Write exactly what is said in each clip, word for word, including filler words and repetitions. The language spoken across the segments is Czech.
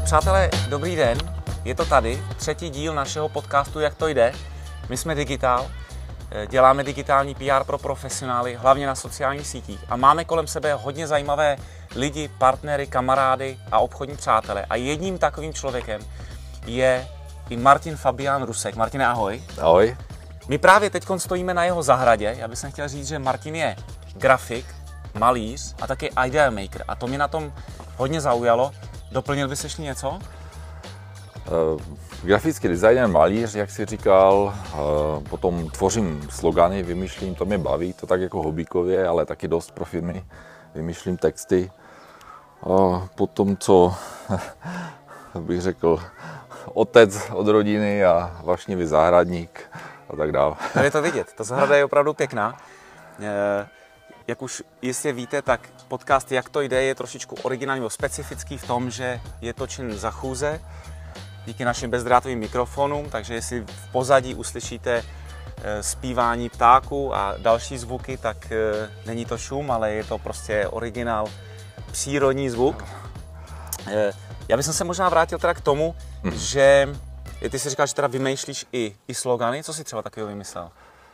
Přátelé, dobrý den, je to tady, třetí díl našeho podcastu Jak to jde. My jsme Digitál, děláme digitální P R pro profesionály, hlavně na sociálních sítích a máme kolem sebe hodně zajímavé lidi, partnery, kamarády a obchodní přátelé. A jedním takovým člověkem je i Martin Fabián Rusek. Martine, ahoj. Ahoj. My právě teď stojíme na jeho zahradě. Já bych chtěl říct, že Martin je grafik, malíř a taky idea maker. A to mě na tom hodně zaujalo. Doplnil bys ještě něco? Uh, grafický designer, malíř, jak jsi říkal, uh, potom tvořím slogany, vymýšlím, to mě baví, to tak jako hobíkově, ale taky dost pro firmy, vymýšlím texty. Uh, potom co bych řekl, otec od rodiny a vášnivý zahradník a tak dále. No je to vidět, ta zahrada je opravdu pěkná. E, jak už jistě víte, tak podcast Jak to jde je trošičku originální nebo specifický v tom, že je točen za chůze díky našim bezdrátovým mikrofonům, takže jestli v pozadí uslyšíte e, zpívání ptáků a další zvuky, tak e, není to šum, ale je to prostě originál, přírodní zvuk. E, já bych se možná vrátil teda k tomu, hmm. že ty jsi říkal, že teda vymýšlíš i, i slogany. Co jsi třeba takového vymyslel?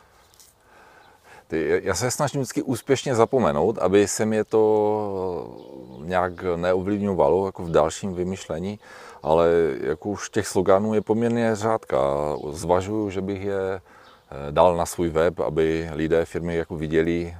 Ty, já se snažím vždycky úspěšně zapomenout, aby se mě to nějak neovlivňovalo jako v dalším vymýšlení, ale jako už těch sloganů je poměrně řádka. Zvažuju, že bych je dal na svůj web, aby lidé, firmy jako viděli.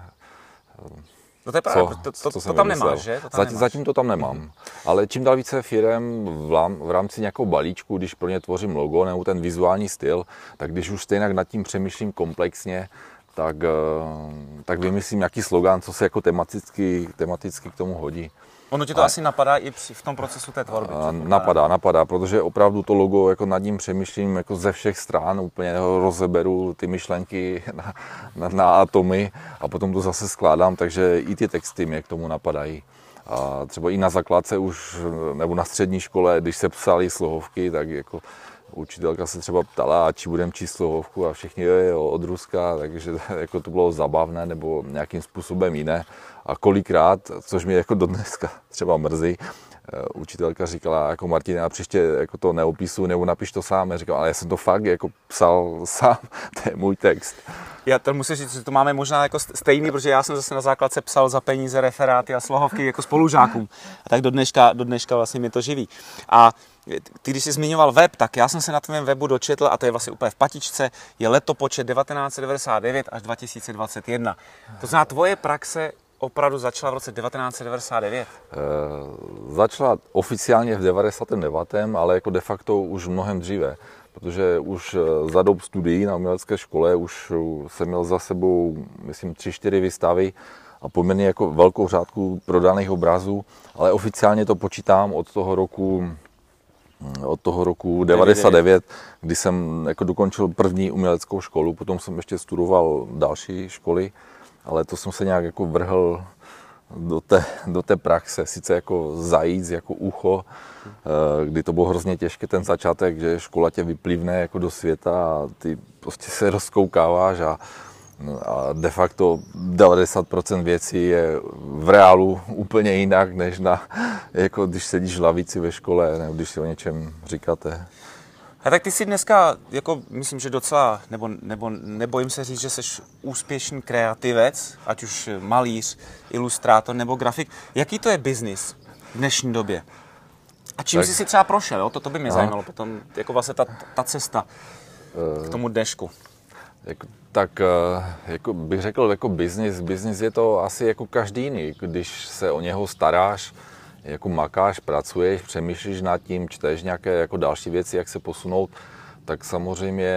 No to je pravda, to, to, to, to tam nemáš, že? To tam zatím, nemáš. zatím to tam nemám. Ale čím dál více firem v rámci nějakého balíčku, když pro ně tvořím logo nebo ten vizuální styl, tak když už stejně nad tím přemýšlím komplexně, tak, tak vymyslím nějaký slogan, co se jako tematicky, tematicky k tomu hodí. Ono ti to a, asi napadá i v tom procesu té tvorby? Napadá, napadá, protože opravdu to logo jako nad ním přemýšlím jako ze všech stran, úplně rozeberu ty myšlenky na, na, na atomy a potom to zase skládám, takže i ty texty mě k tomu napadají. A třeba i na základce už, nebo na střední škole, když se psaly slohovky, tak jako učitelka se třeba ptala, či budeme číst slohovku a všichni je od Ruska, takže jako to bylo zabavné nebo nějakým způsobem jiné. A kolikrát, což mě jako dodneska třeba mrzí, učitelka říkala, jako Martin, já příště jako to neopisuju nebo napiš to sám. Já říkal, ale já jsem to fakt jako psal sám, to je můj text. Já to musím říct, že to máme možná jako stejný, protože já jsem zase na základce psal za peníze referáty a slohovky jako spolužákům. A tak do dneška, do dneška vlastně mě to živí. A ty, když jsi zmiňoval web, tak já jsem se na tvém webu dočetl, a to je vlastně úplně v patičce, je letopočet devatenáct set devadesát devět až dva tisíce dvacet jedna. To znamená, tvoje praxe opravdu začala v roce devatenáct set devadesát devět? E, začala oficiálně v devadesátém devátém, ale jako de facto už mnohem dříve. Protože už za dob studií na umělecké škole už jsem měl za sebou, myslím, tři, čtyři výstavy a poměrně jako velkou řádku prodaných obrazů, ale oficiálně to počítám od toho roku, od toho roku devadesát devět, kdy jsem jako dokončil první uměleckou školu, potom jsem ještě studoval další školy, ale to jsem se nějak jako vrhl do té, do té praxe, sice jako zajíc, jako ucho, kdy to bylo hrozně těžké ten začátek, že škola tě vyplivne jako do světa a ty prostě se rozkoukáváš a, a de facto devadesát procent věcí je v reálu úplně jinak, než na, jako když sedíš v lavici ve škole, nebo když si o něčem říkáte. A tak ty jsi dneska, jako myslím, že docela, nebo, nebo nebojím se říct, že jsi úspěšný kreativec, ať už malíř, ilustrátor nebo grafik. Jaký to je biznis v dnešní době? A čím tak, jsi si třeba prošel, jo? To, to by mě aha. zajímalo potom, jako vlastně ta, ta cesta k tomu dnešku. Jako, tak jako bych řekl, jako biznis, biznis je to asi jako každý jiný, když se o něho staráš, jako makáš, pracuješ, přemýšlíš nad tím, čteš nějaké jako další věci, jak se posunout, tak samozřejmě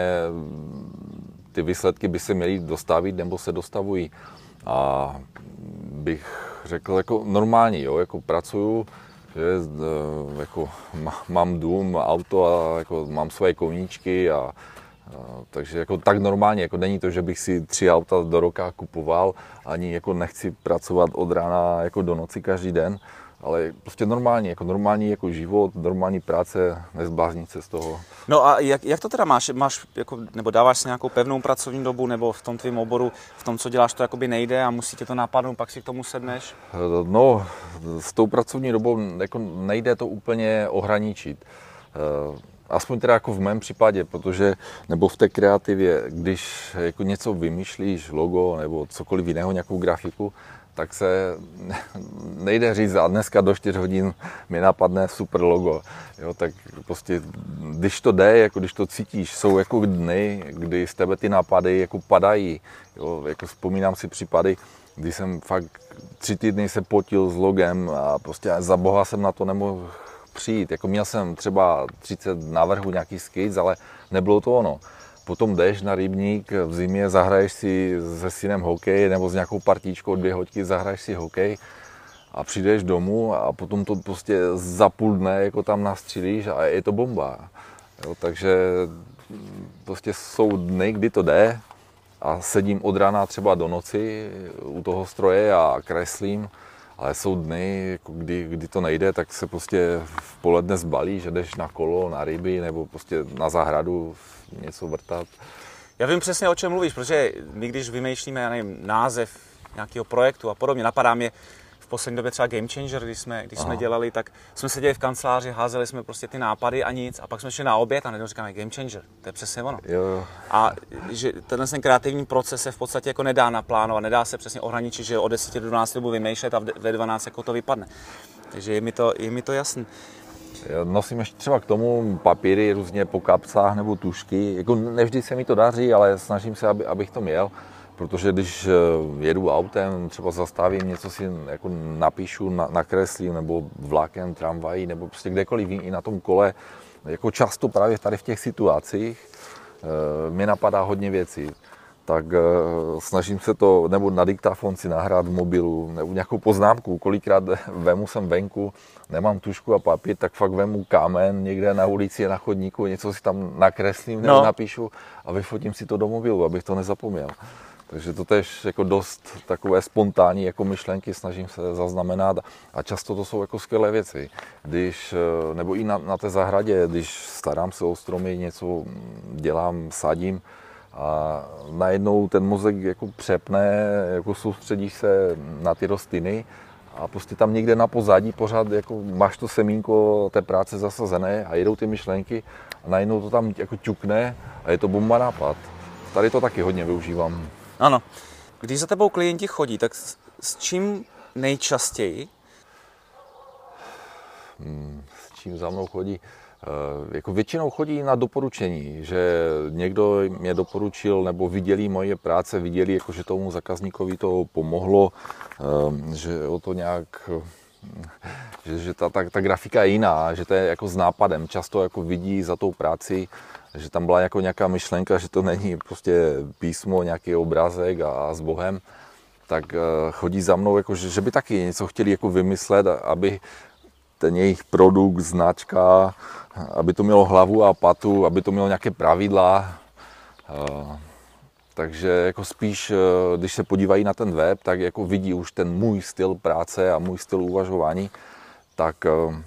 ty výsledky by se měly dostavit nebo se dostavují. A bych řekl jako normální, jo, jako pracuju, že, jako mám dům, auto a jako mám své koníčky a, a takže jako tak normálně, jako není to, že bych si tři auta do roka kupoval, ani jako nechci pracovat od rána jako do noci každý den. ale prostě normální, jako normální jako život, normální práce, nezbláznit se z toho. No a jak, jak to teda máš? Máš jako, nebo dáváš si nějakou pevnou pracovní dobu, nebo v tom tvém oboru, v tom, co děláš, to jakoby nejde a musí tě to napadnout, pak si k tomu sedneš? No, s tou pracovní dobou jako nejde to úplně ohraničit. Aspoň teda jako v mém případě, protože, nebo v té kreativě, když jako něco vymýšlíš, logo nebo cokoliv jiného, nějakou grafiku, tak se nejde říct, a dneska do čtyř hodin mi napadne super logo. Jo, tak prostě, když to jde, jako když to cítíš, jsou jako dny, kdy z tebe ty nápady jako padají. Jo, jako vzpomínám si případy, kdy jsem fakt tři týdny se potil s logem a prostě za boha jsem na to nemohl přijít. Jako měl jsem třeba třicet návrhů, nějaký skic, ale nebylo to ono. Potom jdeš na rybník, v zimě zahraješ si se synem hokej nebo s nějakou partičkou dvě hoďky zahraješ si hokej a přijdeš domů a potom to prostě za půl dne jako tam nastřílíš a je to bomba. Jo, takže prostě jsou dny, kdy to jde a sedím od rána třeba do noci u toho stroje a kreslím. Ale jsou dny, jako kdy, kdy to nejde, tak se prostě v poledne zbalíš, že jdeš na kolo, na ryby nebo prostě na zahradu něco vrtat. Já vím přesně, o čem mluvíš, protože my, když vymýšlíme, já nevím, název nějakého projektu a podobně, napadá mě v poslední době třeba Game Changer, když jsme, když jsme dělali, tak jsme seděli v kanceláři, házeli jsme prostě ty nápady a nic a pak jsme šli na oběd a najednou říkáme Game Changer, to je přesně ono. Jo. A že tenhle ten kreativní proces se v podstatě jako nedá naplánovat, nedá se přesně ohraničit, že od deseti do dvanácti dobu vymýšlet a ve dvanáct jako to vypadne. Takže je mi to, je mi to jasný. Já nosím ještě třeba k tomu papíry různě po kapsách nebo tušky. Jako nevždy se mi to daří, ale snažím se, aby, abych to měl. Protože když jedu autem, třeba zastavím, něco si jako napíšu, na, nakreslím, nebo vlakem, tramvají, nebo prostě kdekoliv i na tom kole, jako často právě tady v těch situacích e, mě napadá hodně věcí. Tak e, snažím se to, nebo na diktafon si nahrát v mobilu, nebo nějakou poznámku, kolikrát vemu jsem venku, nemám tušku a papír, tak fakt vemu kámen někde na ulici, na chodníku, něco si tam nakreslím nebo no. napíšu a vyfotím si to do mobilu, abych to nezapomněl. Takže to tež jako dost takové spontánní jako myšlenky snažím se zaznamenat a často to jsou jako skvělé věci. Když, nebo i na, na té zahradě, když starám se o stromy, něco dělám, sadím a najednou ten mozek jako přepne, jako soustředíš se na ty rostliny a prostě tam někde na pozadí pořád jako máš to semínko té práce zasazené a jedou ty myšlenky a najednou to tam jako ťukne a je to bomba nápad. Tady to taky hodně využívám. Ano. Když za tebou klienti chodí, tak s, s čím nejčastěji? Hmm, s čím za mnou chodí? E, jako většinou chodí na doporučení, že někdo mě doporučil nebo viděli moje práce, viděli, jako, že tomu zákazníkovi to pomohlo, e, že o to nějak... že, že ta, ta, ta grafika je jiná, že to je jako s nápadem. Často jako vidí za tou práci, že tam byla jako nějaká myšlenka, že to není prostě písmo, nějaký obrázek a, a s Bohem, tak chodí za mnou, jako, že, že by taky něco chtěli jako vymyslet, aby ten jejich produkt, značka, aby to mělo hlavu a patu, aby to mělo nějaké pravidla. Takže jako spíš, když se podívají na ten web, tak jako vidí už ten můj styl práce a můj styl uvažování, tak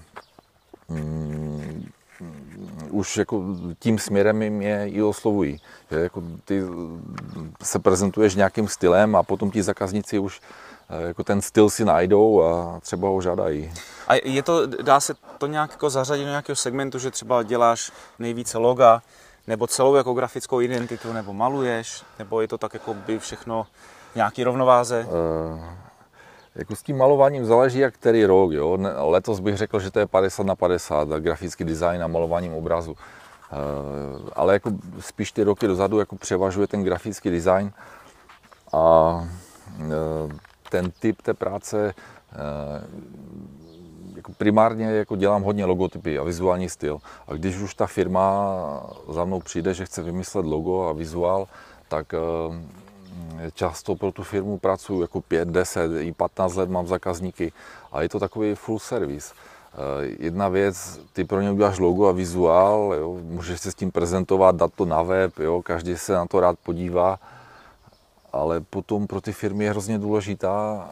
um, už jako tím směrem mě i oslovují. Že jako ty se prezentuješ nějakým stylem a potom ti zákazníci už jako ten styl si najdou a třeba ho žádají. A je to, dá se to nějak jako zařadit do nějakého segmentu, že třeba děláš nejvíce loga, nebo celou jako grafickou identitu, nebo maluješ, nebo je to tak jako by všechno v nějaký rovnováze? Uh, jako s tím malováním záleží jak který rok, jo. Letos bych řekl, že to je padesát na padesát, grafický design a malováním obrazu. Uh, ale jako spíš ty roky dozadu jako převažuje ten grafický design a uh, ten typ té práce uh, jako primárně jako dělám hodně logotypy a vizuální styl. A když už ta firma za mnou přijde, že chce vymyslet logo a vizuál, tak často pro tu firmu pracuji jako pět, deset, i patnáct let mám zákazníky a je to takový full service. Jedna věc, ty pro ně uděláš logo a vizuál, jo, můžeš se s tím prezentovat, dát to na web, jo, každý se na to rád podívá, ale potom pro ty firmy je hrozně důležitá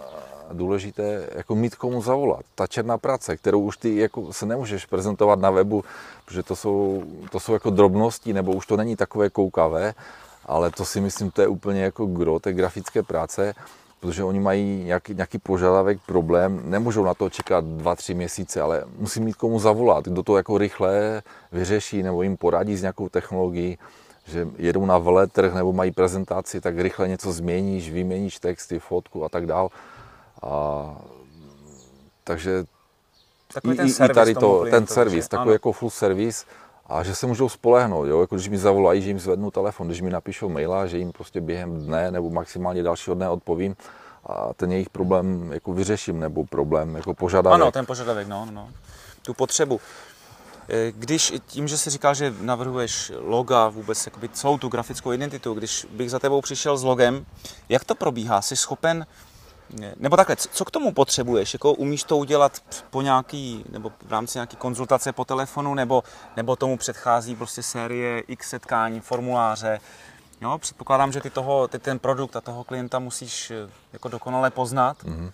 důležité jako mít komu zavolat. Ta černá práce, kterou už ty jako se nemůžeš prezentovat na webu, protože to jsou, to jsou jako drobnosti, nebo už to není takové koukavé, ale to si myslím, to je úplně jako gro té grafické práce, protože oni mají nějaký, nějaký požadavek, problém, nemůžou na to čekat dva, tři měsíce, ale musí mít komu zavolat, kdo to jako rychle vyřeší nebo jim poradí s nějakou technologií, že jedou na veletrh nebo mají prezentaci, tak rychle něco změníš, vyměníš texty, fotku a tak dál. A, takže takový i, ten i, servis i tady to, ten servis, že? takový Ano. jako full servis, a že se můžou spolehnout, jo? Jako když mi zavolají, že jim zvednu telefon, když mi napíšou maila, že jim prostě během dne nebo maximálně dalšího dne odpovím a ten jejich problém jako vyřeším, nebo problém jako požadavek. Ano, ten požadavek, no, no. Tu potřebu. Když tím, že jsi říkal, že navrhuješ loga, vůbec jakoby celou tu grafickou identitu, když bych za tebou přišel s logem, jak to probíhá? Jsi schopen, nebo takhle, co k tomu potřebuješ? Jako umíš to udělat po nějaký, nebo v rámci nějaký konzultace po telefonu, nebo, nebo tomu předchází prostě série x setkání, formuláře? Jo, předpokládám, že ty, toho, ty ten produkt a toho klienta musíš jako dokonale poznat. Mm-hmm.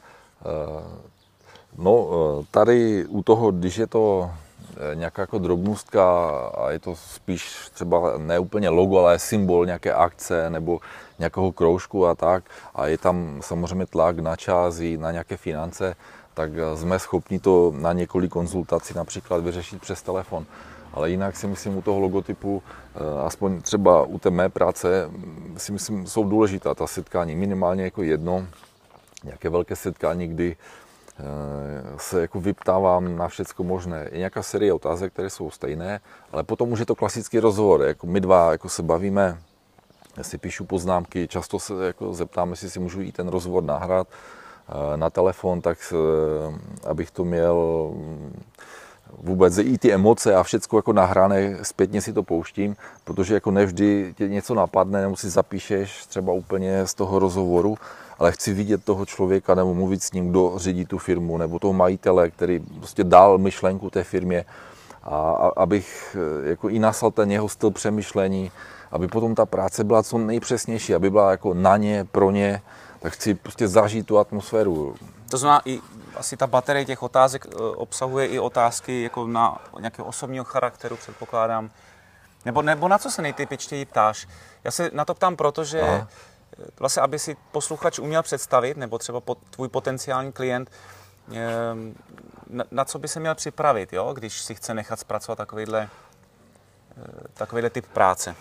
No, tady u toho, když je to nějaká jako drobnostka a je to spíš třeba ne úplně logo, ale symbol nějaké akce nebo nějakého kroužku a tak, a je tam samozřejmě tlak na čas i na nějaké finance, tak jsme schopni to na několik konzultací například vyřešit přes telefon. Ale jinak si myslím, u toho logotypu, aspoň třeba u té mé práce, si myslím, jsou důležitá ta setkání, minimálně jako jedno, nějaké velké setkání, kdy se jako vyptávám na všecko možné. Je nějaká série otázek, které jsou stejné, ale potom už je to klasický rozhovor. Jako my dva jako se bavíme, já si píšu poznámky, často se jako zeptám, jestli si můžu i ten rozhovor nahrát na telefon, tak abych to měl vůbec i ty emoce a všecko jako nahrané, zpětně si to pouštím, protože jako nevždy tě něco napadne, nebo si zapíšeš třeba úplně z toho rozhovoru, ale chci vidět toho člověka nebo mluvit s ním, kdo řídí tu firmu, nebo toho majitele, který prostě dal myšlenku té firmě, a, a abych jako i nasal ten jeho styl přemýšlení, aby potom ta práce byla co nejpřesnější, aby byla jako na ně, pro ně, tak chci prostě zažít tu atmosféru. To znamená, i asi ta baterie těch otázek obsahuje i otázky jako na nějakého osobního charakteru, předpokládám. Nebo, nebo na co se nejtypičtěji ptáš? Já se na to ptám, protože Aha. vlastně, aby si posluchač uměl představit, nebo třeba tvůj potenciální klient, na, na co by se měl připravit, jo? Když si chce nechat zpracovat takovýhle, takovýhle typ práce.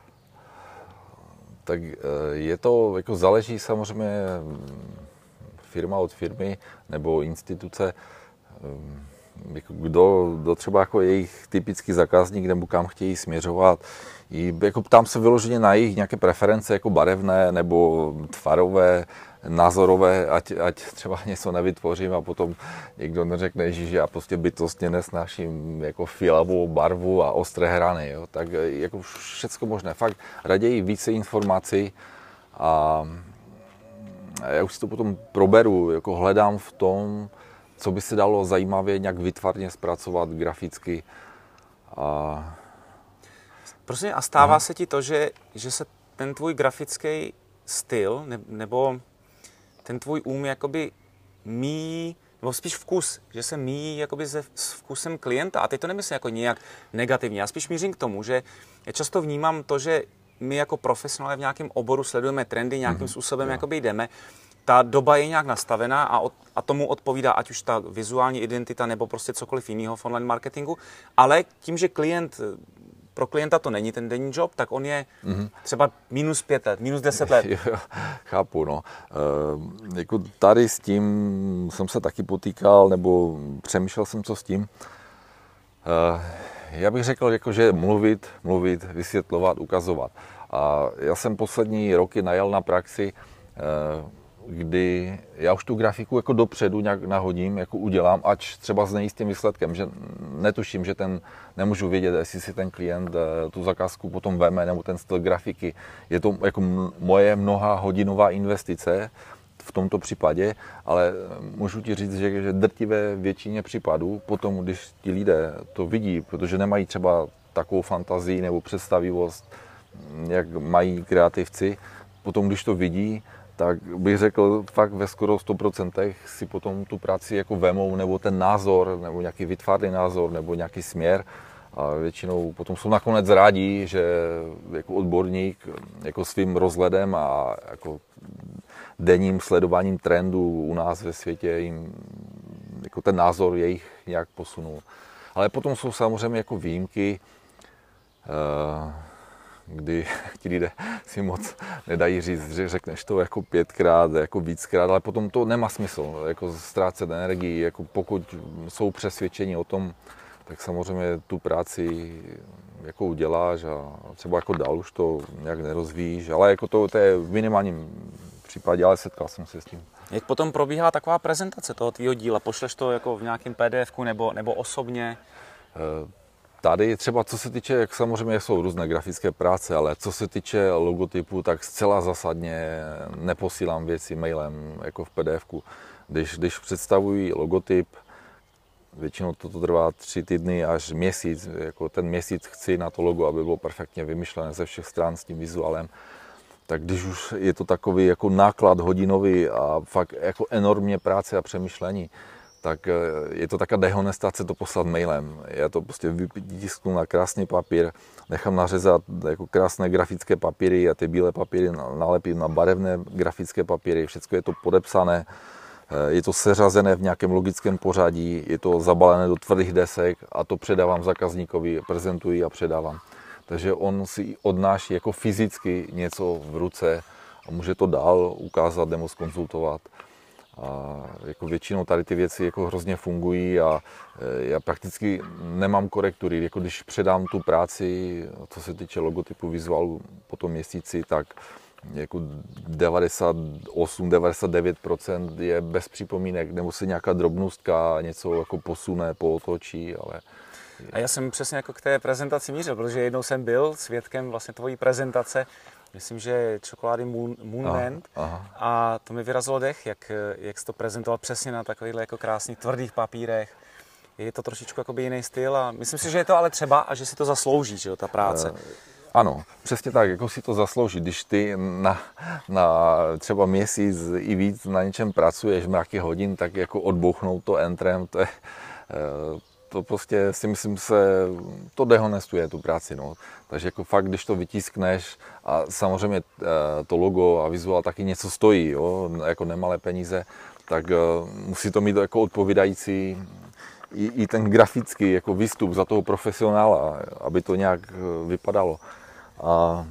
Tak je to, jako záleží samozřejmě firma od firmy nebo instituce, jako kdo, kdo třeba jako jejich typický zákazník nebo kam chtějí směřovat. I jako ptám se vyloženě na jejich nějaké preference jako barevné nebo tvarové, názorové, ať, ať třeba něco nevytvořím a potom někdo neřekne, že já prostě bytostně nesnáším jako fialovou barvu a ostré hrany. Jo? Tak jako všecko možné. Fakt raději více informací a já už si to potom proberu, jako hledám v tom, co by se dalo zajímavě nějak vytvarně zpracovat graficky. A... Prosím, a stává Aha. se ti to, že, že se ten tvůj grafický styl ne, nebo ten tvůj um jakoby míjí, nebo spíš vkus, že se míjí jakoby se, s vkusem klienta. A teď to nemyslím jako nějak negativně. Já spíš mířím k tomu, že já často vnímám to, že my jako profesionálové v nějakém oboru sledujeme trendy, nějakým mm-hmm. způsobem yeah. jakoby jdeme. Ta doba je nějak nastavená a, od, a tomu odpovídá ať už ta vizuální identita nebo prostě cokoliv jiného v online marketingu. Ale tím, že klient, pro klienta to není ten denní job, tak on je mm-hmm. třeba minus pět let, minus deset let. Jo, chápu, no. E, jako tady s tím jsem se taky potýkal, nebo přemýšlel jsem, co s tím. E, já bych řekl, jako, že mluvit, mluvit, vysvětlovat, ukazovat. A já jsem poslední roky najel na praxi, e, kdy já už tu grafiku jako dopředu nějak nahodím, jako udělám, ač třeba s nejistým výsledkem, že netuším, že ten, nemůžu vědět, jestli si ten klient tu zakázku potom veme, nebo ten styl grafiky. Je to jako moje mnoha hodinová investice v tomto případě, ale můžu ti říct, že, že drtivé většině případů, potom, když ti lidé to vidí, protože nemají třeba takovou fantazii nebo představivost, jak mají kreativci, potom, když to vidí, tak bych řekl fakt ve skoro sto procent si potom tu práci jako vemou, nebo ten názor, nebo nějaký vytvarný názor, nebo nějaký směr. A většinou potom jsou nakonec rádi, že jako odborník jako svým rozhledem a jako denním sledováním trendů u nás ve světě jim jako ten názor jejich nějak posunul. Ale potom jsou samozřejmě jako výjimky, kdy ti lidé si moc nedají říct, že řekneš to jako pětkrát, jako víckrát, ale potom to nemá smysl, jako ztrácet energii, jako pokud jsou přesvědčeni o tom, tak samozřejmě tu práci jako uděláš a třeba jako dál už to nějak nerozvíjíš, ale jako to, to je v minimálním případě, ale setkal jsem se s tím. Jak potom probíhá taková prezentace toho tvýho díla? Pošleš to jako v nějakém P D F ku nebo, nebo osobně? Tady třeba co se týče, jak samozřejmě jsou různé grafické práce, ale co se týče logotypu, tak zcela zásadně neposílám věci mailem jako v P D F ku. Když, když představuji logotyp, většinou toto trvá tři týdny až měsíc. Jako ten měsíc chci na to logo, aby bylo perfektně vymyšlené ze všech stran s tím vizuálem. Tak když už je to takový jako náklad hodinový a fakt jako enormně práce a přemýšlení, tak je to taková dehonestace to poslat mailem. Já to prostě vytisknu na krásný papír, nechám nařezat jako krásné grafické papíry a ty bílé papíry nalepím na barevné grafické papíry, všechno je to podepsané. Je to seřazené v nějakém logickém pořadí, je to zabalené do tvrdých desek a to předávám zákazníkovi, prezentuji a předávám. Takže on si odnáší jako fyzicky něco v ruce a může to dál ukázat nebo zkonzultovat. A jako většinou tady ty věci jako hrozně fungují a já prakticky nemám korektury. Jako když předám tu práci, co se týče logotypu, vizuálu po tom měsíci, tak jako devadesát osm devadesát devět procent je bez připomínek, nebo se nějaká drobnostka něco jako posune, pootočí, ale... A já jsem přesně jako k té prezentaci mířil, protože jednou jsem byl svědkem vlastně tvojí prezentace, myslím, že čokolády Moon, Moonland, aha, aha. A to mi vyrazilo dech, jak, jak jsi to prezentoval přesně na takovýchhle jako krásných tvrdých papírech. Je to trošičku jakoby jiný styl a myslím si, že je to ale třeba a že si to zaslouží, že jo, ta práce. Uh... Ano, přesně tak, jako si to zaslouží, když ty na, na třeba měsíc i víc na něčem pracuješ mraky hodin, tak jako odbouchnout to entrem, to je, to prostě si myslím se, to dehonestuje tu práci, no. Takže jako fakt, když to vytiskneš a samozřejmě to logo a vizuál taky něco stojí, jo, jako nemalé peníze, tak musí to mít jako odpovídající i, i ten grafický jako výstup za toho profesionála, aby to nějak vypadalo. A,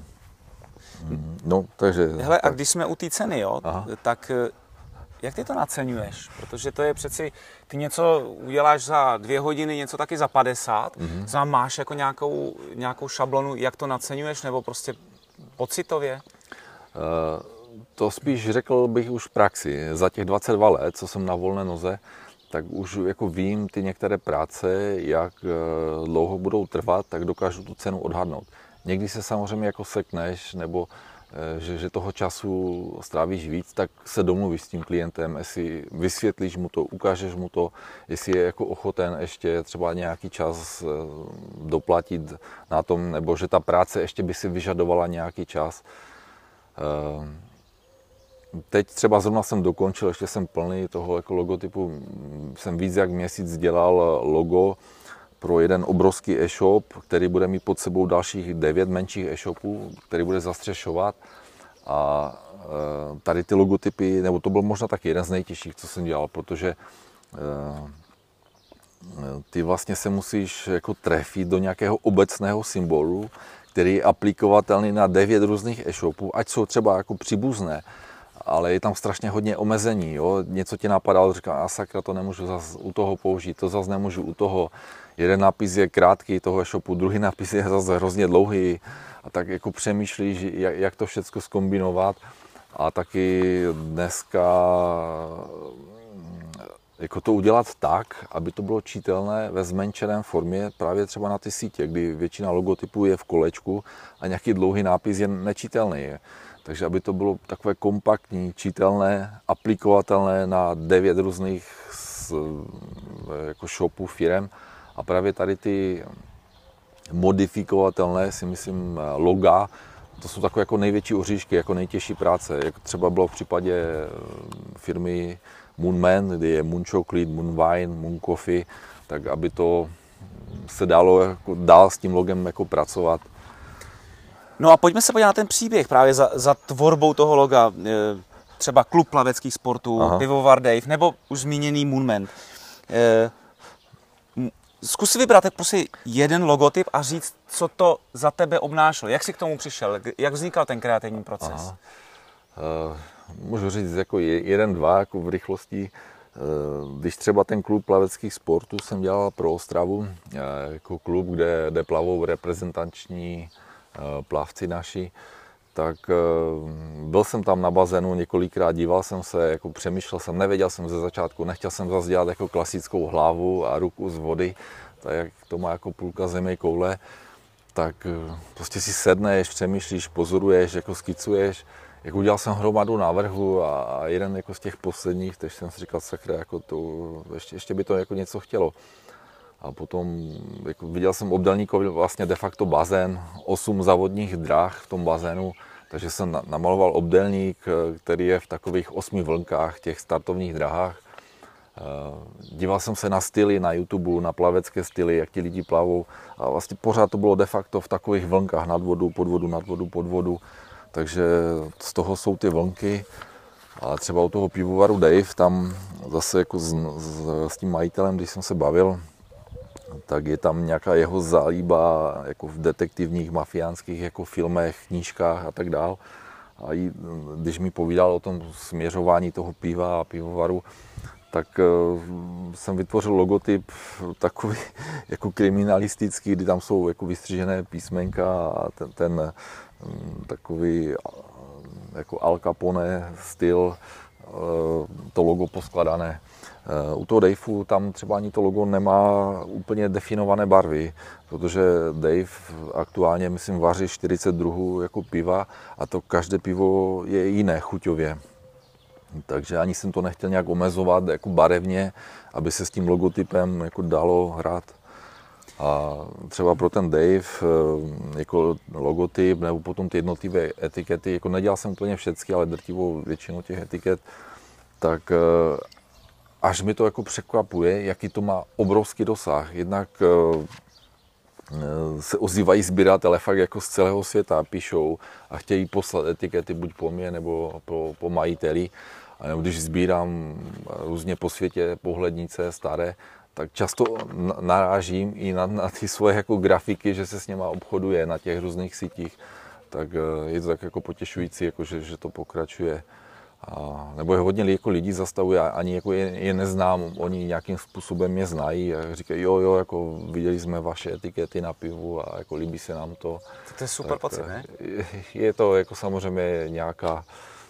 no, takže... Hele, a když jsme u té ceny, jo, tak jak ty to naceňuješ? Protože to je přeci, ty něco uděláš za dvě hodiny, něco taky za padesát, mm-hmm. Znám, máš jako nějakou, nějakou šablonu, jak to naceňuješ, nebo prostě pocitově? Uh, to spíš řekl bych už v praxi. Za těch dvacet dva let, co jsem na volné noze, tak už jako vím ty některé práce, jak dlouho budou trvat, tak dokážu tu cenu odhadnout. Někdy se samozřejmě jako sekneš, nebo že, že toho času strávíš víc, tak se domluvíš s tím klientem, jestli vysvětlíš mu to, ukážeš mu to, jestli je jako ochoten ještě třeba nějaký čas doplatit na tom, nebo že ta práce ještě by si vyžadovala nějaký čas. Teď třeba zrovna jsem dokončil, ještě jsem plný toho jako logotypu, jsem víc jak měsíc dělal logo pro jeden obrovský e-shop, který bude mít pod sebou dalších devět menších e-shopů, který bude zastřešovat. A tady ty logotypy, nebo to byl možná taky jeden z nejtěžších, co jsem dělal, protože ty vlastně se musíš jako trefit do nějakého obecného symbolu, který je aplikovatelný na devět různých e-shopů, ať jsou třeba jako příbuzné, ale je tam strašně hodně omezení, jo? Něco ti napadalo, říkám, a sakra, to nemůžu zas u toho použít, to zase nemůžu u toho. Jeden nápis je krátký toho e-shopu, druhý nápis je zase hrozně dlouhý a tak jako přemýšlíš, jak, jak to všechno zkombinovat. A taky dneska jako to udělat tak, aby to bylo čitelné ve zmenšeném formě právě třeba na ty sítě, kdy většina logotypů je v kolečku a nějaký dlouhý nápis je nečitelný. Takže aby to bylo takové kompaktní, čitelné, aplikovatelné na devět různých jako shopů, firem. A právě tady ty modifikovatelné, si myslím, loga to jsou takové jako největší oříšky, jako nejtěžší práce, jak třeba bylo v případě firmy Moonman, kdy je Moon Chocolate, Moon Wine, Moon Coffee, tak aby to se dalo jako dál s tím logem jako pracovat. No a pojďme se podívat na ten příběh právě za, za tvorbou toho loga, třeba klub plaveckých sportů, Aha. pivovar Dave, nebo už zmíněný Moonman. Zkus si vybrat tak prostě jeden logotyp a říct, co to za tebe obnášelo. Jak jsi k tomu přišel? Jak vznikal ten kreativní proces? Aha. Uh, můžu říct jako jeden, dva jako v rychlosti. Uh, když třeba ten klub plaveckých sportů jsem dělal pro Ostravu, uh, jako klub, kde, kde plavou reprezentační uh, plavci naši, tak uh, byl jsem tam na bazénu několikrát, díval jsem se, jako přemýšlel jsem, nevěděl jsem ze začátku, nechtěl jsem zase dělat jako klasickou hlavu a ruku z vody, tak jak to má jako půlka zemi koule, tak uh, prostě si sedneš, přemýšlíš, pozoruješ, jako skicuješ. Jak udělal jsem hromadu návrhů a, a jeden jako z těch posledních, takže jsem si říkal, sakra, jako to, ještě, ještě by to jako něco chtělo. A potom jako viděl jsem obdélníkový vlastně de facto bazén, osm závodních dráh v tom bazénu, takže jsem namaloval obdélník, který je v takových osmi vlnkách, těch startovních dráhách. Díval jsem se na styly na YouTube, na plavecké styly, jak ti lidi plavou a vlastně pořád to bylo de facto v takových vlnkách nad vodu, pod vodu, nad vodu, pod vodu. Takže z toho jsou ty vlnky. A třeba u toho pivovaru Dave, tam zase jako s, s, s tím majitelem, když jsem se bavil, tak je tam nějaká jeho zálíba jako v detektivních, mafiánských jako filmech, knížkách a tak dál. A jí, když mi povídal o tom směřování toho piva a pivovaru, tak uh, jsem vytvořil logotyp takový jako kriminalistický, kdy tam jsou jako vystřížené písmenka a ten, ten um, takový jako Al Capone styl, uh, to logo poskladané. Uh, u toho Daveu tam třeba ani to logo nemá úplně definované barvy, protože Dave aktuálně, myslím, vaří čtyřicet druhů jako piva a to každé pivo je jiné chuťově. Takže ani jsem to nechtěl nějak omezovat jako barevně, aby se s tím logotypem jako dalo hrát. A třeba pro ten Dave jako logotyp nebo potom ty jednotlivé etikety, jako nedělal jsem úplně všechny, ale drtivou většinu těch etiket, tak až mi to jako překvapuje, jaký to má obrovský dosah. Jednak se ozývají sběratele fakt jako z celého světa, píšou a chtějí poslat etikety buď po mně nebo po, po majiteli. A nebo když sbírám různě po světě pohlednice staré, tak často narážím i na, na ty svoje jako grafiky, že se s něma obchoduje na těch různých sítích. Tak je to tak jako potěšující, jako že, že to pokračuje. A, nebo je hodně jako lidí zastavuje, ani jako je, je neznám, oni nějakým způsobem mě znají a říkají, jo, jo, jako viděli jsme vaše etikety na pivu a jako líbí se nám to. To je super tak, pocit, ne? Je, je to jako samozřejmě nějaká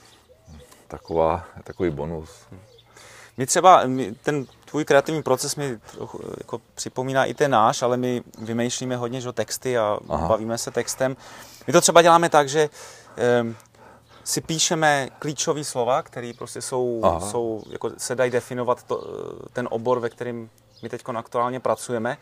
taková, takový bonus. My třeba, my, ten tvůj kreativní proces mi trochu, jako připomíná i ten náš, ale my vymýšlíme hodně že, texty a Aha. bavíme se textem. My to třeba děláme tak, že um, si píšeme klíčové slova, které prostě jsou, jsou jako se dají definovat to, ten obor, ve kterém my teď aktuálně pracujeme.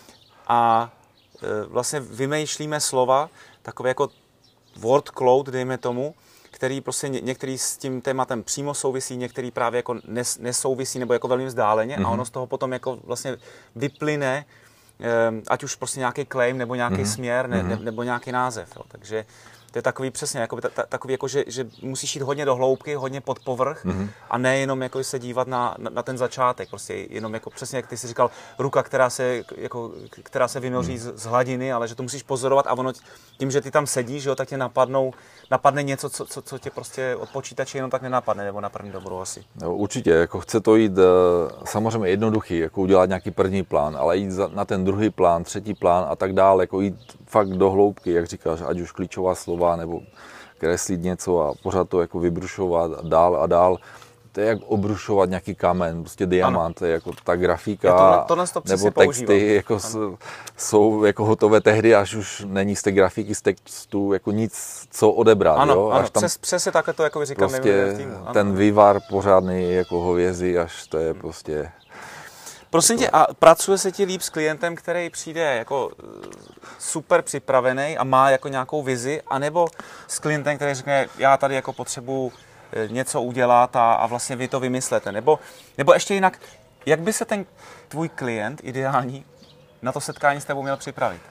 A e, vlastně vymýšlíme slova, takové jako word cloud, dejme tomu, který prostě ně, některý s tím tématem přímo souvisí, některý právě jako nes, nesouvisí nebo jako velmi vzdáleně mm-hmm. a ono z toho potom jako vlastně vyplyne, e, ať už prostě nějaký claim nebo nějaký mm-hmm. směr ne, ne, nebo nějaký název. Jo. Takže to je takový přesně, jako, ta, takový jako, že, že musíš jít hodně do hloubky, hodně pod povrch mm-hmm. a nejenom jako se dívat na, na, na ten začátek, prostě jenom jako přesně, jak ty jsi říkal, ruka, která se, jako, která se vynoří mm. z, z hladiny, ale že to musíš pozorovat a ono tím, že ty tam sedíš, jo, tak tě napadnou, napadne něco, co, co, co tě prostě od počítače jenom tak nenapadne, nebo na první dobrou asi. No, určitě, jako chce to jít samozřejmě jednoduchý, jako udělat nějaký první plán, ale jít na ten druhý plán, třetí plán a tak dále, jako jít fakt do hloubky, jak říkáš, ať už klíčová slova, nebo kreslit něco a pořád to jako vybrušovat dál a dál. To je jak obrušovat nějaký kamen, prostě diamant, to je jako ta grafika, to, to nebo texty jako s, jsou jako hotové tehdy, až už není z té grafiky, z textu jako nic, co odebrat. Ano, jo? ano Až tam přes, přesně takhle to jako říkám. Prostě ten vývar pořádný jako hovězí, až to je prostě... Prosím tě, a pracuje se ti líp s klientem, který přijde jako super připravený a má jako nějakou vizi, anebo s klientem, který řekne, já tady jako potřebuji něco udělat a, a vlastně vy to vymyslete, nebo, nebo ještě jinak, jak by se ten tvůj klient ideální na to setkání s tebou měl připravit?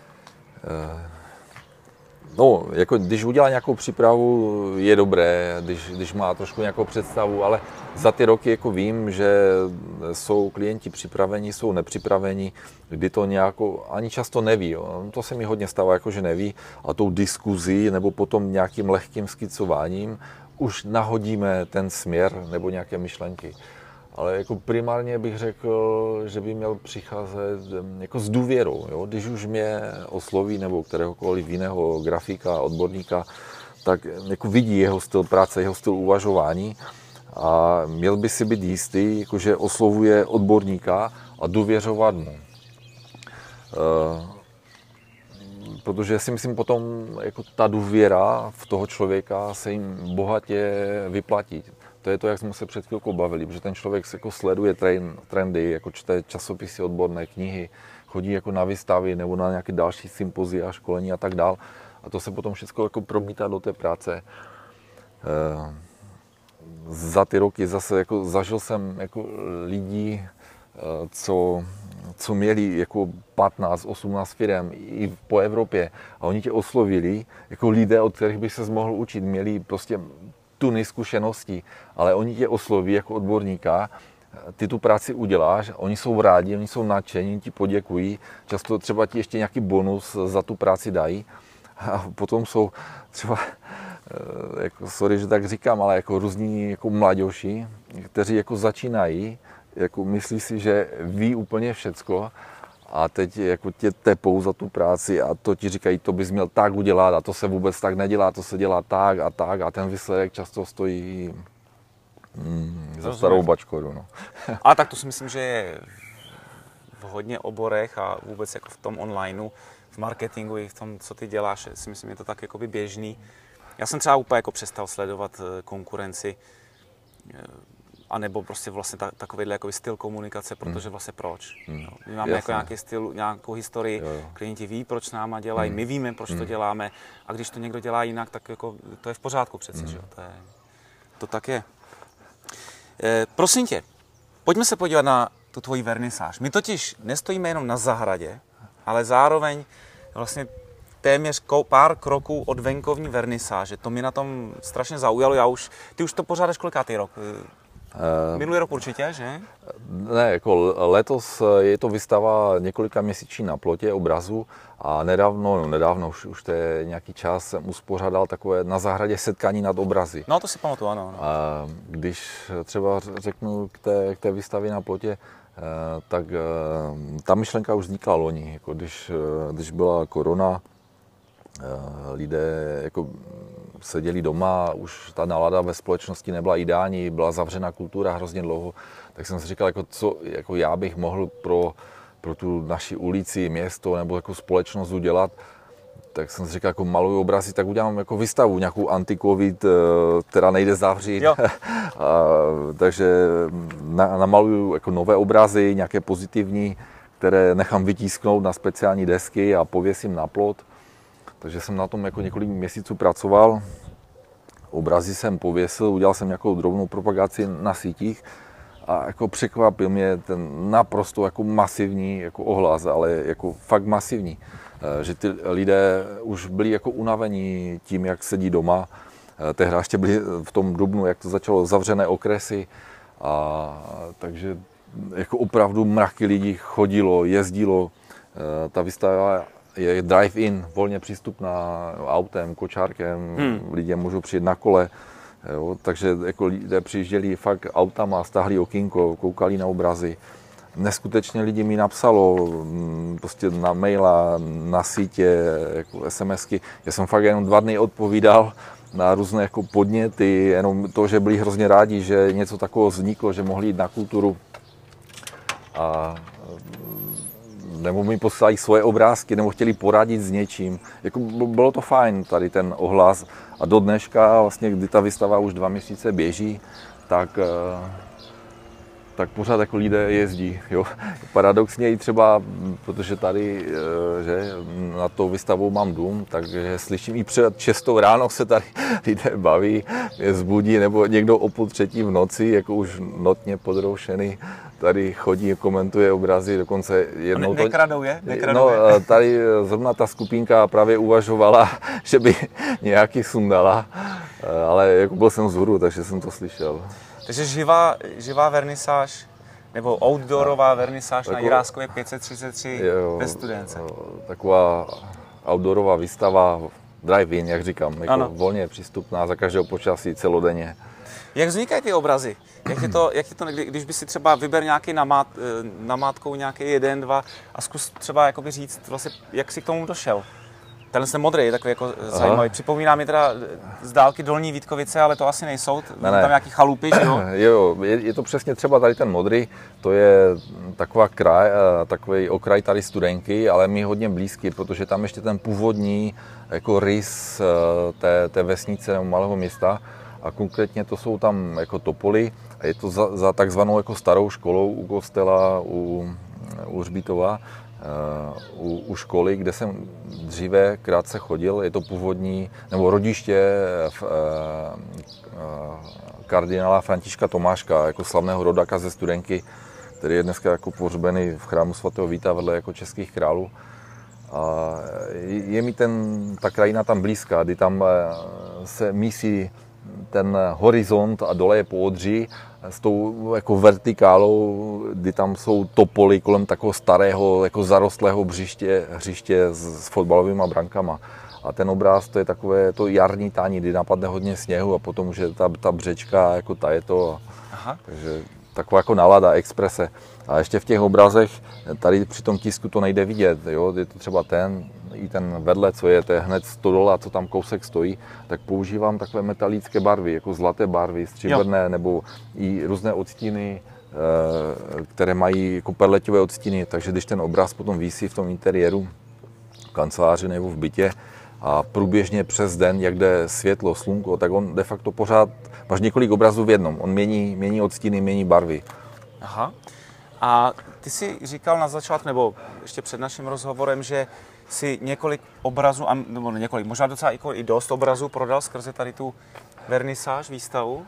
No, jako když udělá nějakou přípravu, je dobré, když, když má trošku nějakou představu, ale za ty roky jako vím, že jsou klienti připraveni, jsou nepřipraveni, kdy to nějakou, ani často neví. Jo. To se mi hodně stává, jako že neví, a tou diskuzí nebo potom nějakým lehkým skicováním už nahodíme ten směr nebo nějaké myšlenky. Ale jako primárně bych řekl, že by měl přicházet jako s důvěrou. Jo? Když už mě osloví nebo kteréhokoliv jiného grafika, odborníka, tak jako vidí jeho styl práce, jeho styl uvažování a měl by si být jistý, jako že oslovuje odborníka a důvěřovat mu. E, protože si myslím potom, jako ta důvěra v toho člověka se jim bohatě vyplatí. To je to, jak jsme se před chvilkou bavili, protože ten člověk jako sleduje trendy, jako čte časopisy, odborné knihy, chodí jako na výstavy nebo na nějaké další sympozia, školení a tak dál. A to se potom všechno jako promítá do té práce. E, za ty roky zase jako zažil jsem jako lidí, co, co měli jako patnáct osmnáct firem i po Evropě a oni tě oslovili jako lidé, od kterých by se mohl učit, měli prostě tuny zkušeností, ale oni tě osloví jako odborníka, ty tu práci uděláš, oni jsou rádi, oni jsou nadšení, ti poděkují, často třeba ti ještě nějaký bonus za tu práci dají a potom jsou třeba, jako, sorry, že tak říkám, ale jako různí jako mladější, kteří jako začínají, jako myslí si, že ví úplně všecko a teď jako tě tepou za tu práci a to ti říkají, to bys měl tak udělat a to se vůbec tak nedělá, to se dělá tak a tak a ten výsledek často stojí mm, za starou bačkoru. No. A tak to si myslím, že je v hodně oborech a vůbec jako v tom onlineu, v marketingu i v tom, co ty děláš, si myslím, je to tak jakoby běžný. Já jsem třeba úplně jako přestal sledovat konkurenci, a nebo prostě vlastně ta, takovýhle jako styl komunikace, protože vlastně proč. Hmm. No, my máme jako nějaký styl, nějakou historii, jo, jo. Klienti ví, proč s náma dělají, hmm. my víme, proč hmm. to děláme a když to někdo dělá jinak, tak jako to je v pořádku přece, hmm. že jo, to, je, to tak je. E, prosím tě, pojďme se podívat na tu tvoji vernisáž. My totiž nestojíme jenom na zahradě, ale zároveň vlastně téměř pár kroků od venkovní vernisáže. To mě na tom strašně zaujalo, já už, ty už to pořádáš kolikátý rok? Minulý rok určitě, že? Ne, jako letos je to výstava několika měsíční na plotě obrazu a nedávno, no nedávno, už, už to je nějaký čas, jsem uspořádal takové na zahradě setkání nad obrazy. No to si pamatuju, ano. ano. A když třeba řeknu k té, k té výstavě na plotě, tak ta myšlenka už vznikla loni, jako když, když byla korona, lidé jako seděli doma, už ta nálada ve společnosti nebyla ideální, byla zavřená kultura hrozně dlouho, tak jsem si říkal, jako co jako já bych mohl pro, pro tu naši ulici, město nebo jako společnost udělat. Tak jsem si říkal, jako maluju obrazy, tak udělám jako výstavu, nějakou anti-covid, která nejde zavřít. a, takže na, namaluju jako nové obrazy, nějaké pozitivní, které nechám vytisknout na speciální desky a pověsím na plot. Takže jsem na tom jako několik měsíců pracoval, obrazy jsem pověsil, udělal jsem nějakou drobnou propagaci na sítích a jako překvapil mě ten naprosto jako masivní jako ohlas, ale jako fakt masivní, že ty lidé už byli jako unavení tím, jak sedí doma. Tehdy ještě byli v tom dubnu, jak to začalo, zavřené okresy, a takže jako opravdu mraky lidí chodilo, jezdilo. Ta výstava je drive-in, volně přístupná autem, kočárkem, hmm. lidé můžou přijet na kole, jo, takže jako lidé přijížděli fakt autama, stáhli okýnko, koukali na obrazy. Neskutečně lidi mi napsalo prostě na maila, na sítě, jako SMSky. Já jsem fakt jenom dva dny odpovídal na různé jako podněty, jenom to, že byli hrozně rádi, že něco takového vzniklo, že mohli jít na kulturu. A nebo mi poslali svoje obrázky, nebo chtěli poradit s něčím. Jako bylo to fajn, tady ten ohlas. A do dneška, vlastně, kdy ta výstava už dva měsíce běží, tak, tak pořád jako lidé jezdí. Jo. Paradoxně i třeba, protože tady že, na tou výstavou mám dům, takže slyším i před šestou ráno se tady lidé baví, je zbudí, nebo někdo o půl třetí v noci, jako už notně podroušený, tady chodí, komentuje obrazy, dokonce jednou to... Nekradou je? Nekradou no, je? Tady zrovna ta skupinka právě uvažovala, že by nějaký sundala, ale jako byl jsem vzhůru, takže jsem to slyšel. Takže živá, živá vernisáž, nebo outdoorová vernisáž na Jiráskově pět set třicet tři ve Studénce. Taková outdoorová výstava, drive-in, jak říkám, jako volně přístupná za každého počasí, celodenně. Jak vznikají ty obrazy? Jak je to, jak je to když by si třeba vyber nějaký namát, namátkou nějaký jeden, dva a zkus třeba jakoby říct, vlastně, jak si k tomu došel? Tenhle ten modrý je takový jako zajímavý. Připomíná mi teda z dálky Dolní Vítkovice, ale to asi nejsou. Ne, ne. Tam nějaký chalupy, že jo? Jo, je, je to přesně třeba tady ten modrý, to je taková kraj, takový okraj tady Studénky, ale mi hodně blízký, protože tam ještě ten původní jako rys té, té vesnice nebo malého města a konkrétně to jsou tam jako topoly a je to za, za takzvanou jako starou školou u kostela u, u Hřbitova. U, u školy, kde jsem dříve krátce chodil, je to původní, nebo rodiště v, eh, kardinála Františka Tomáška, jako slavného rodáka ze Studénky, který je dneska jako pohřbený v chrámu svatého Víta vedle jako českých králů. A je mi ten, ta krajina tam blízká, kdy tam se mísí ten horizont a dole je Poodří s tou jako vertikálou, kdy tam jsou topoly kolem takového starého jako zarostlého hřiště, hřiště s, s fotbalovými brankama. A ten obraz, to je takové to jarní tání, kdy napadne hodně sněhu a potom už je ta, ta břečka, jako ta je to. Aha. Takže taková jako nálada, exprese. A ještě v těch obrazech, tady při tom tisku to nejde vidět, jo? Je to třeba ten, i ten vedle, co je, to je hned stodola, co tam kousek stojí, tak používám takové metalické barvy, jako zlaté barvy, stříbrné, nebo i různé odstíny, které mají jako perleťové odstíny, takže když ten obraz potom visí v tom interiéru, v kanceláři nebo v bytě a průběžně přes den, jak jde světlo, slunko, tak on de facto pořád, máš několik obrazů v jednom, on mění, mění odstíny, mění barvy. Aha. A ty jsi říkal na začátku, nebo ještě před naším rozhovorem, že si několik obrazů, nebo několik, možná docela i dost obrazů prodal skrze tady tu vernisáž, výstavu?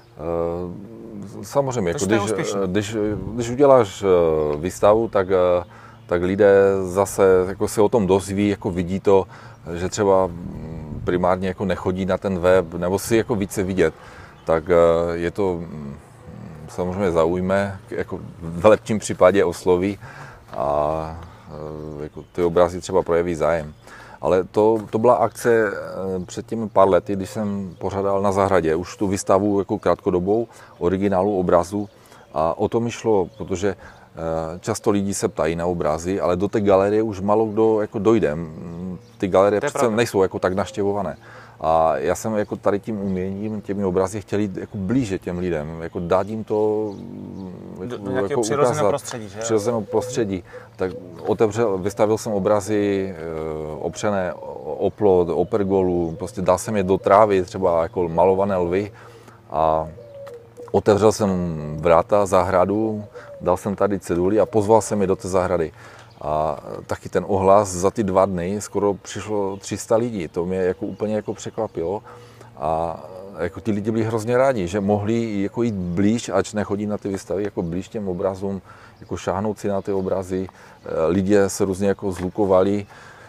E, samozřejmě, jako když, když, když uděláš výstavu, tak, tak lidé zase jako se o tom dozví, jako vidí to, že třeba primárně jako nechodí na ten web, nebo si jako více vidět, tak je to samozřejmě zaujme, jako v lepším případě osloví a jako ty obrazy třeba projeví zájem. Ale to, to byla akce před těmi pár lety, když jsem pořádal na zahradě už tu výstavu jako krátkodobou originálu obrazu a o to mi šlo, protože často lidi se ptají na obrazy, ale do té galerie už málo kdo jako dojde. Ty galerie přece nejsou jako tak navštěvované. A já jsem jako tady tím uměním, těmi obrazy chtěl jít jako blíže těm lidem, jako dát jim to jako, do nějakého přirozeného prostředí, že? Přirozeného prostředí. Tak otevřel, vystavil jsem obrazy opřené o plot, o pergolu, prostě dal jsem je do trávy, třeba jako malované lvy a otevřel jsem vráta, zahradu, dal jsem tady ceduli a pozval jsem je do té zahrady. A taky ten ohlas za ty dva dny skoro přišlo tři sta lidí, to mě jako úplně jako překvapilo a jako ti lidi byli hrozně rádi, že mohli jako jít blíž, ač nechodí na ty výstavy, jako blíž těm obrazům, jako šáhnout si na ty obrazy, lidé se různě jako zlukovali,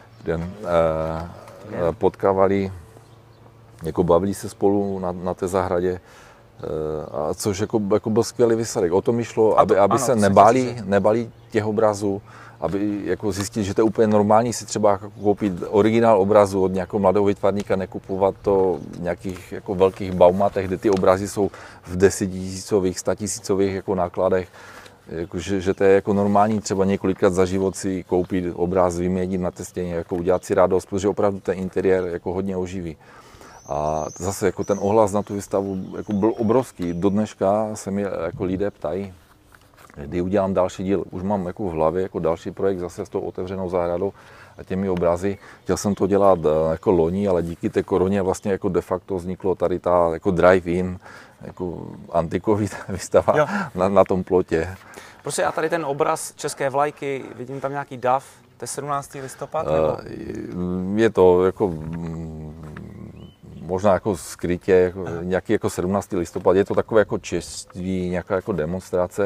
potkávali, jako bavili se spolu na, na té zahradě. A což jako, jako byl skvělý výsledek. O to mi šlo, aby, aby ano, se nebáli, nebáli těch obrazů, aby jako zjistit, že to je úplně normální si třeba koupit originál obrazu od nějakého mladého výtvarníka, nekupovat to v nějakých jako velkých baumatech, kde ty obrazy jsou v desetitisícových, statisícových jako nákladech. Jako, že, že to je jako normální třeba několikrát za život si koupit obraz, vyměnit na té stěně, jako udělat si radost, protože opravdu ten interiér jako hodně oživí. A zase jako ten ohlas na tu výstavu jako byl obrovský. Do dneška se mi jako lidé ptají, kdy udělám další díl. Už mám jako v hlavě jako další projekt zase s tou otevřenou zahradou a těmi obrazy. Chtěl jsem to dělat jako loni, ale díky té koroně vlastně jako de facto vzniklo tady ta jako drive-in, jako antikový výstava na, na tom plotě. Prostě a tady ten obraz české vlajky, vidím tam nějaký dav, to je sedmnáctého listopad? Nebo? Je to jako možná jako skrytě, jako nějaký jako sedmnáctého listopad, je to takové jako čeství, nějaká jako demonstrace.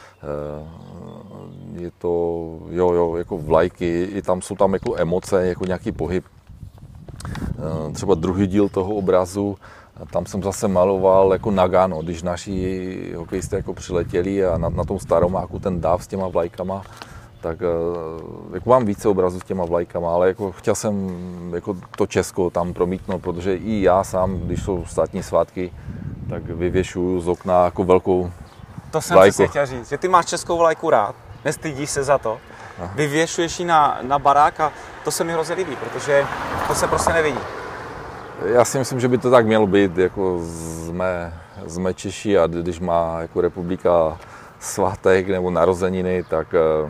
Je to, jo, jo, jako vlajky, i tam jsou tam jako emoce, jako nějaký pohyb. Třeba druhý díl toho obrazu, tam jsem zase maloval jako Nagano, když naši hokejisté jako přiletěli a na, na tom staromáku ten dáv s těma vlajkama, tak jako mám více obrazů s těma vlajkama, ale jako chtěl jsem jako to Česko tam promítnout, protože i já sám, když jsou státní svátky, tak vyvěšuju z okna jako velkou To jsem vlajku. přesně chtěl říct, že ty máš českou vlajku rád, nestydíš se za to, vyvěšuješ ji na, na barák a to se mi hrozně líbí, protože to se prostě nevidí. Já si myslím, že by to tak mělo být, jako jsme, jsme Češi a když má jako republika svátek nebo narozeniny, tak,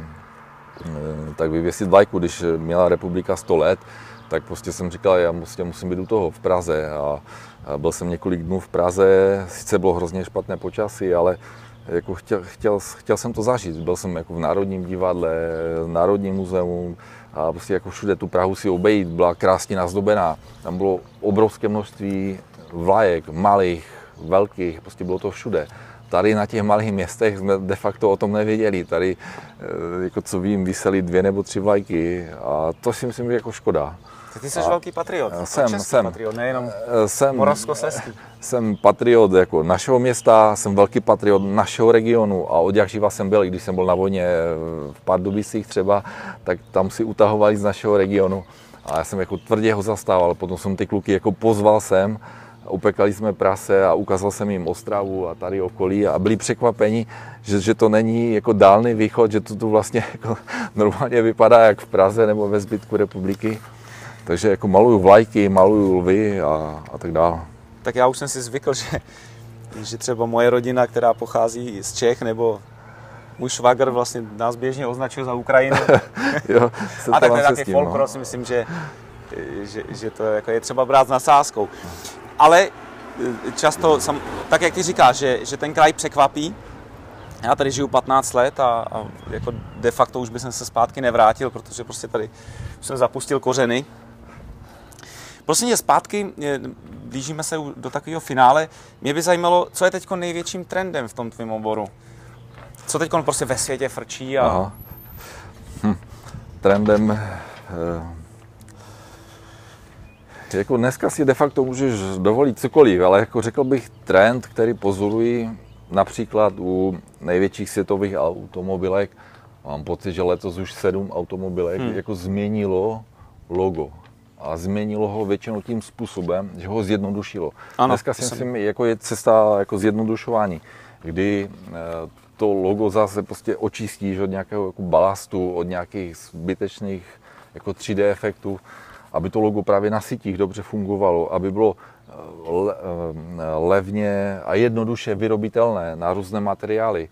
tak vyvěsit vlajku. Když měla republika sto let, tak prostě jsem říkal, já prostě musím být u toho v Praze a, a byl jsem několik dnů v Praze, sice bylo hrozně špatné počasí, ale jako chtěl, chtěl, chtěl jsem to zažít. Byl jsem jako v Národním divadle, v Národním muzeu a prostě jako všude tu Prahu si obejít, byla krásně nazdobená. Tam bylo obrovské množství vlajek, malých, velkých, prostě bylo to všude. Tady na těch malých městech jsme de facto o tom nevěděli. Tady, jako co vím, visely dvě nebo tři vlajky a to si myslím, že jako škoda. Ty jsi a velký patriot, jsem, český jsem, patriot, nejenom jsem, moravskoslezský. Jsem patriot jako našeho města, jsem velký patriot našeho regionu a od jak živa jsem byl, když jsem byl na vojně v Pardubicích třeba, tak tam si utahovali z našeho regionu a já jsem jako tvrdě ho zastával, potom jsem ty kluky jako pozval sem, upekali jsme prase a ukázal jsem jim Ostravu a tady okolí a byli překvapeni, že, že to není jako dálný východ, že to tu vlastně jako normálně vypadá jak v Praze nebo ve zbytku republiky. Takže jako maluju vlajky, maluju lvy a, a tak dále. Tak já už jsem si zvykl, že, že třeba moje rodina, která pochází z Čech, nebo můj švagr vlastně nás běžně označil za Ukrajinu. Jo, a tak to je taky folklor, no. Si myslím, že, že, že to jako je třeba brát s nadsázkou. Ale často, tak jak ty říkáš, že, že ten kraj překvapí. Já tady žiju patnáct let a, a jako de facto už bych se zpátky nevrátil, protože prostě tady jsem zapustil kořeny. Prosím tě, zpátky, blížíme se do takového finále. Mě by zajímalo, co je teď největším trendem v tom tvém oboru? Co teď prostě ve světě frčí? A... Aha. Hm. Trendem... Eh, jako dneska si de facto můžeš dovolit cokoliv, ale jako řekl bych trend, který pozoruji například u největších světových automobilek. Mám pocit, že letos už sedm automobilek hmm. jako změnilo logo. A změnilo ho většinou tím způsobem, že ho zjednodušilo. Ano, dneska si myslím, jako je cesta jako zjednodušování, kdy to logo zase prostě očistíš od nějakého jako balastu, od nějakých zbytečných jako tři dé efektů, aby to logo právě na sítích dobře fungovalo, aby bylo le, levně a jednoduše vyrobitelné na různé materiály.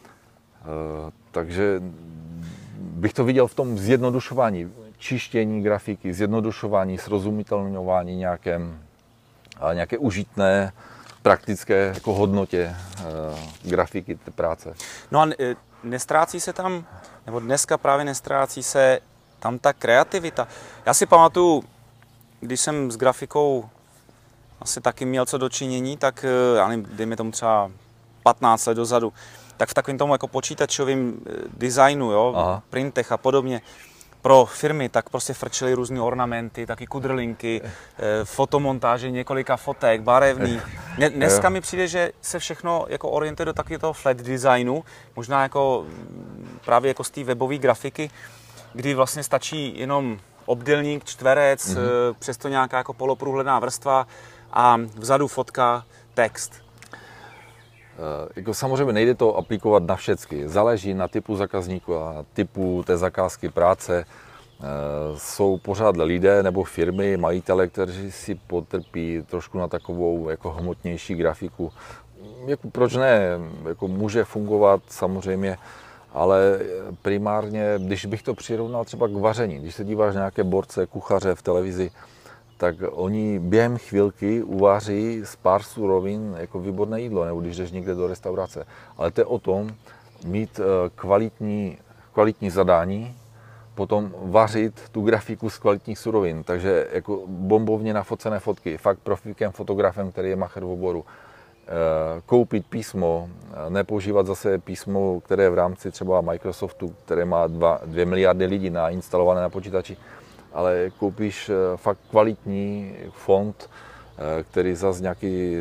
Takže bych to viděl v tom zjednodušování. Čištění grafiky, zjednodušování, srozumitelňování nějaké, nějaké užitné, praktické jako hodnotě e, grafiky té práce. No a nestrácí se tam, nebo dneska právě nestrácí se tam ta kreativita. Já si pamatuju, když jsem s grafikou asi taky měl co dočinění, tak já nevím, dejme tomu třeba patnáct let dozadu, tak v takovém tomu jako počítačovém designu, jo, Aha. printech a podobně, pro firmy, tak prostě frčely různé ornamenty, taky kudrlinky, fotomontáže několika fotek, barevný. Dneska mi přijde, že se všechno jako orientuje do takového flat designu, možná jako právě jako z té webové grafiky, kdy vlastně stačí jenom obdélník, čtverec, mm-hmm. přesto nějaká jako poloprůhledná vrstva a vzadu fotka, text. Jako samozřejmě nejde to aplikovat na všechny. Záleží na typu zákazníku a typu té zakázky práce. Jsou pořád lidé nebo firmy, majitele, kteří si potrpí trošku na takovou jako hmotnější grafiku. jako proč ne, jako může fungovat samozřejmě, ale primárně, když bych to přirovnal třeba k vaření, když se díváš na nějaké borce, kuchaře v televizi, tak oni během chvilky uvaří z pár surovin jako výborné jídlo, nebo když jdeš někde do restaurace. Ale to je o tom mít kvalitní, kvalitní zadání, potom vařit tu grafiku z kvalitních surovin. Takže jako bombovně nafocené fotky, fakt profikem, fotografem, který je macher v oboru. Koupit písmo, nepoužívat zase písmo, které je v rámci třeba Microsoftu, které má dva, dvě miliardy lidí nainstalované na počítači, ale koupíš fakt kvalitní font, který zase nějaký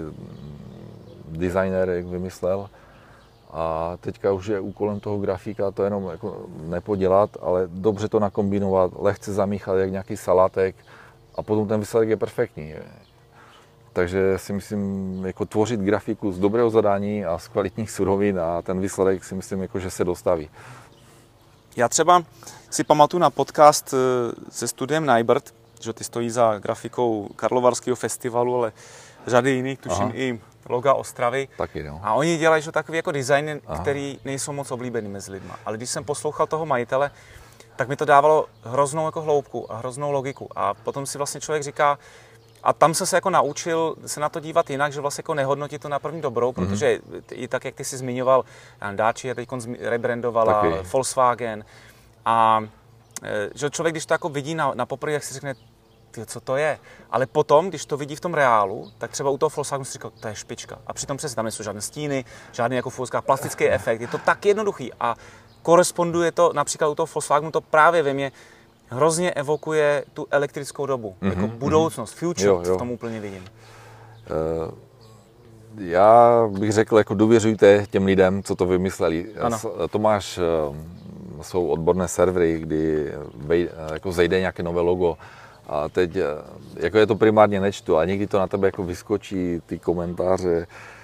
designer vymyslel. A teďka už je úkolem toho grafika to jenom jako nepodělat, ale dobře to nakombinovat, lehce zamíchat jak nějaký salátek a potom ten výsledek je perfektní. Takže si myslím, jako tvořit grafiku z dobrého zadání a z kvalitních surovin a ten výsledek si myslím, jako, že se dostaví. Já třeba si pamatuju na podcast se studiem Najbrt, že ty stojí za grafikou Karlovarského festivalu, ale řady jiných, tuším Aha. i loga Ostravy. Taky, no. A oni dělají že takový jako designy, který nejsou moc oblíbený mezi lidma. Ale když jsem poslouchal toho majitele, tak mi to dávalo hroznou jako hloubku a hroznou logiku. A potom si vlastně člověk říká, a tam jsem se jako naučil se na to dívat jinak, že vlastně jako nehodnotit to na první dobrou, mm-hmm. protože i tak, jak ty jsi zmiňoval, Dacia teď rebrandovala, Volkswagen. A že člověk, když to jako vidí na, na poprvé, tak si řekne, ty, co to je. Ale potom, když to vidí v tom reálu, tak třeba u toho Volkswagenu si říká, to je špička. A přitom přesně tam nejsou žádné stíny, žádný jako v plastický efekt. Je to tak jednoduchý a koresponduje to, například u toho Volkswagenu to právě ve mně hrozně evokuje tu elektrickou dobu, mm-hmm, jako budoucnost, future, jo, jo. v tom úplně vidím. Uh, já bych řekl, jako důvěřujte těm lidem, co to vymysleli. Ano. To máš, jsou odborné servery, kdy vej, jako zejde nějaké nové logo a teď, jako je to primárně nečtu a někdy to na tebe jako vyskočí ty komentáře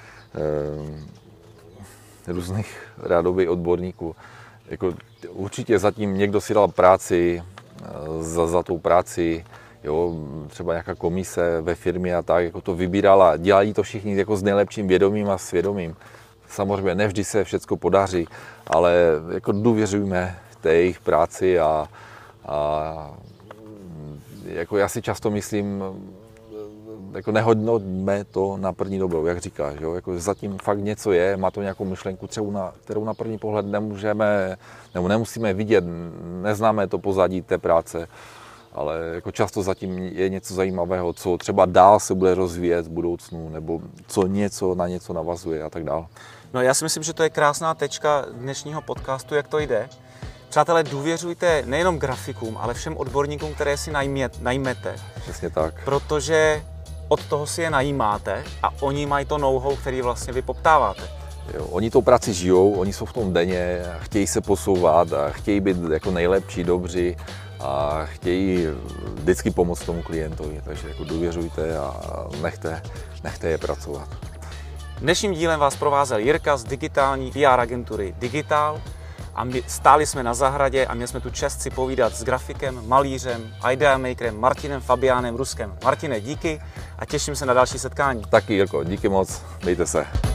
eh, různých rádových odborníků. Jako, určitě zatím někdo si dal práci, za, za tou práci, jo, třeba nějaká komise ve firmě a tak, jako to vybírala. Dělají to všichni jako s nejlepším vědomím a svědomím. Samozřejmě nevždy se všechno podaří, ale jako důvěřujme té jejich práci a, a jako já si často myslím, jako nehodnotíme to na první dobrou, jak říkáš, jo? Jako zatím fakt něco je, má to nějakou myšlenku, třeba na, kterou na první pohled nemůžeme, nebo nemusíme vidět, neznáme to pozadí té práce, ale jako často zatím je něco zajímavého, co třeba dál se bude rozvíjet v budoucnu, nebo co něco na něco navazuje a tak dál. No já si myslím, že to je krásná tečka dnešního podcastu, jak to jde. Přátelé, důvěřujte nejenom grafikům, ale všem odborníkům, které si najmete. Přesně tak. Protože od toho si je najímáte a oni mají to know-how, který vlastně vy poptáváte. Jo, oni tou práci žijou, oni jsou v tom denně, chtějí se posouvat a chtějí být jako nejlepší, dobří a chtějí vždycky pomoct tomu klientovi. Takže jako důvěřujte a nechte, nechte je pracovat. Dnešním dílem vás provázel Jirka z digitální P R agentury Digital a my stáli jsme na zahradě a měli jsme tu čest si povídat s grafikem, malířem, ideamakerem Martinem Fabiánem Ruskem. Martine, díky a těším se na další setkání. Taky, Jirko, díky moc, mějte se.